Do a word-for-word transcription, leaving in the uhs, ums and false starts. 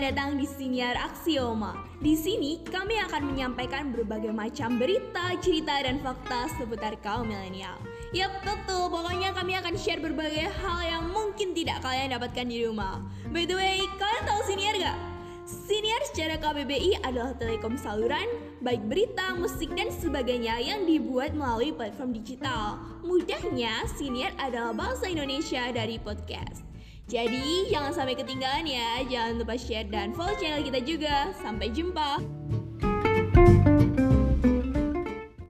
datang di Siniar Aksioma. Di sini kami akan menyampaikan berbagai macam berita, cerita, dan fakta seputar kaum milenial. Yap, betul. Pokoknya kami akan share berbagai hal yang mungkin tidak kalian dapatkan di rumah. By the way, kalian tahu Siniar gak? Siniar secara K B B I adalah telekom saluran, baik berita, musik, dan sebagainya yang dibuat melalui platform digital. Mudahnya, Siniar adalah bahasa Indonesia dari podcast. Jadi, jangan sampai ketinggalan ya. Jangan lupa share dan follow channel kita juga. Sampai jumpa.